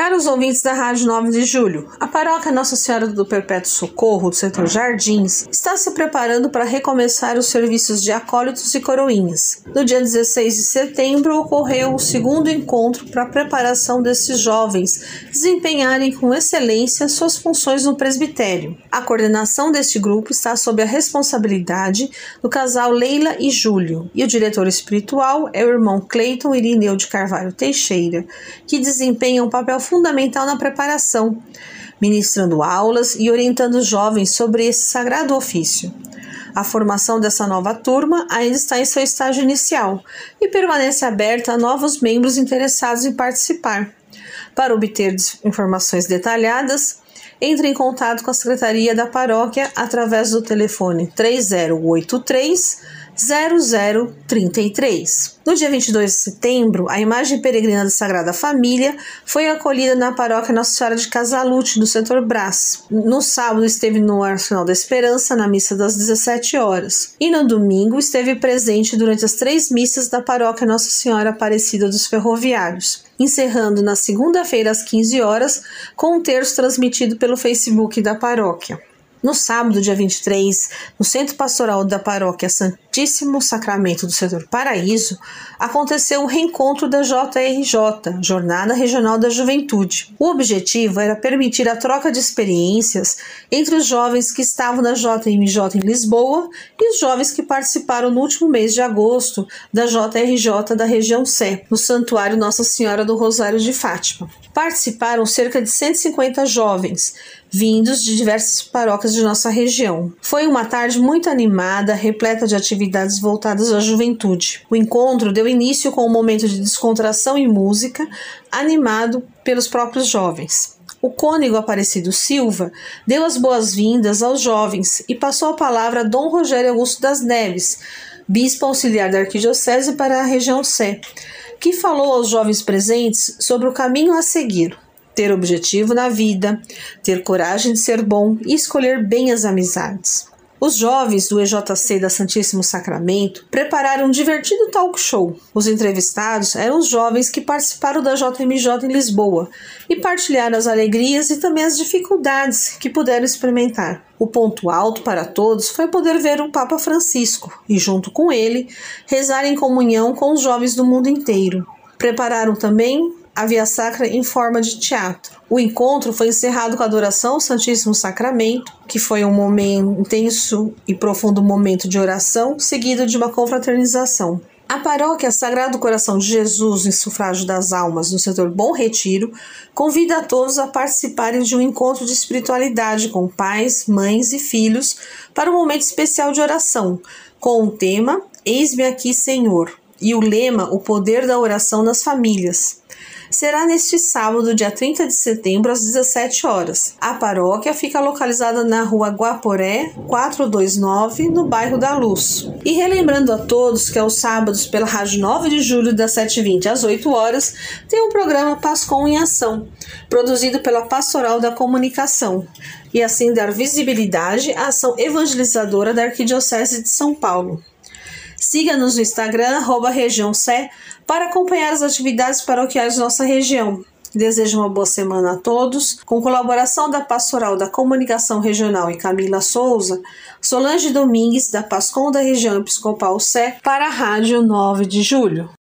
Caros ouvintes da Rádio 9 de Julho, a paróquia Nossa Senhora do Perpétuo Socorro, do setor Jardins, está se preparando para recomeçar os serviços de acólitos e coroinhas. No dia 16 de setembro, ocorreu o segundo encontro para a preparação desses jovens desempenharem com excelência suas funções no presbitério. A coordenação deste grupo está sob a responsabilidade do casal Leila e Júlio, e o diretor espiritual é o irmão Cleiton Irineu de Carvalho Teixeira, que desempenha um papel fundamental na preparação, ministrando aulas e orientando os jovens sobre esse sagrado ofício. A formação dessa nova turma ainda está em seu estágio inicial e permanece aberta a novos membros interessados em participar. Para obter informações detalhadas, entre em contato com a Secretaria da Paróquia através do telefone 3083 0033. No dia 22 de setembro, a imagem peregrina da Sagrada Família foi acolhida na paróquia Nossa Senhora de Casalute, no setor Brás. No sábado esteve no Arsenal da Esperança, na missa das 17 horas. E no domingo esteve presente durante as 3 missas da paróquia Nossa Senhora Aparecida dos Ferroviários, encerrando na segunda-feira às 15 horas com um terço transmitido pelo Facebook da paróquia. No sábado, dia 23, no Centro Pastoral da Paróquia Santíssimo Sacramento do Setor Paraíso, aconteceu o reencontro da JRJ, Jornada Regional da Juventude. O objetivo era permitir a troca de experiências entre os jovens que estavam na JMJ em Lisboa e os jovens que participaram no último mês de agosto da JRJ da região Sé, no Santuário Nossa Senhora do Rosário de Fátima. Participaram cerca de 150 jovens, vindos de diversas paróquias de nossa região. Foi uma tarde muito animada, repleta de atividades voltadas à juventude. O encontro deu início com um momento de descontração e música, animado pelos próprios jovens. O cônego Aparecido Silva deu as boas-vindas aos jovens e passou a palavra a Dom Rogério Augusto das Neves, bispo auxiliar da Arquidiocese para a região Sé, que falou aos jovens presentes sobre o caminho a seguir: ter objetivo na vida, ter coragem de ser bom e escolher bem as amizades. Os jovens do EJC da Santíssimo Sacramento prepararam um divertido talk show. Os entrevistados eram os jovens que participaram da JMJ em Lisboa e partilharam as alegrias e também as dificuldades que puderam experimentar. O ponto alto para todos foi poder ver o Papa Francisco e, junto com ele, rezar em comunhão com os jovens do mundo inteiro. Prepararam também a Via Sacra em forma de teatro. O encontro foi encerrado com a adoração ao Santíssimo Sacramento, que foi um intenso e profundo momento de oração, seguido de uma confraternização. A paróquia Sagrado Coração de Jesus, em Sufrágio das Almas, no setor Bom Retiro, convida a todos a participarem de um encontro de espiritualidade com pais, mães e filhos para um momento especial de oração, com o tema Eis-me aqui, Senhor, e o lema O Poder da Oração nas Famílias. Será neste sábado, dia 30 de setembro, às 17 horas. A paróquia fica localizada na rua Guaporé, 429, no bairro da Luz. E relembrando a todos que aos sábados, pela Rádio 9 de Julho, das 7h20 às 8 horas, tem o programa Pascom em Ação, produzido pela Pastoral da Comunicação, e assim dar visibilidade à ação evangelizadora da Arquidiocese de São Paulo. Siga-nos no Instagram, @regiãosé, para acompanhar as atividades paroquiais da nossa região. Desejo uma boa semana a todos. Com colaboração da Pastoral da Comunicação Regional e Camila Souza, Solange Domingues, da Pascom da Região Episcopal Sé, para a Rádio 9 de Julho.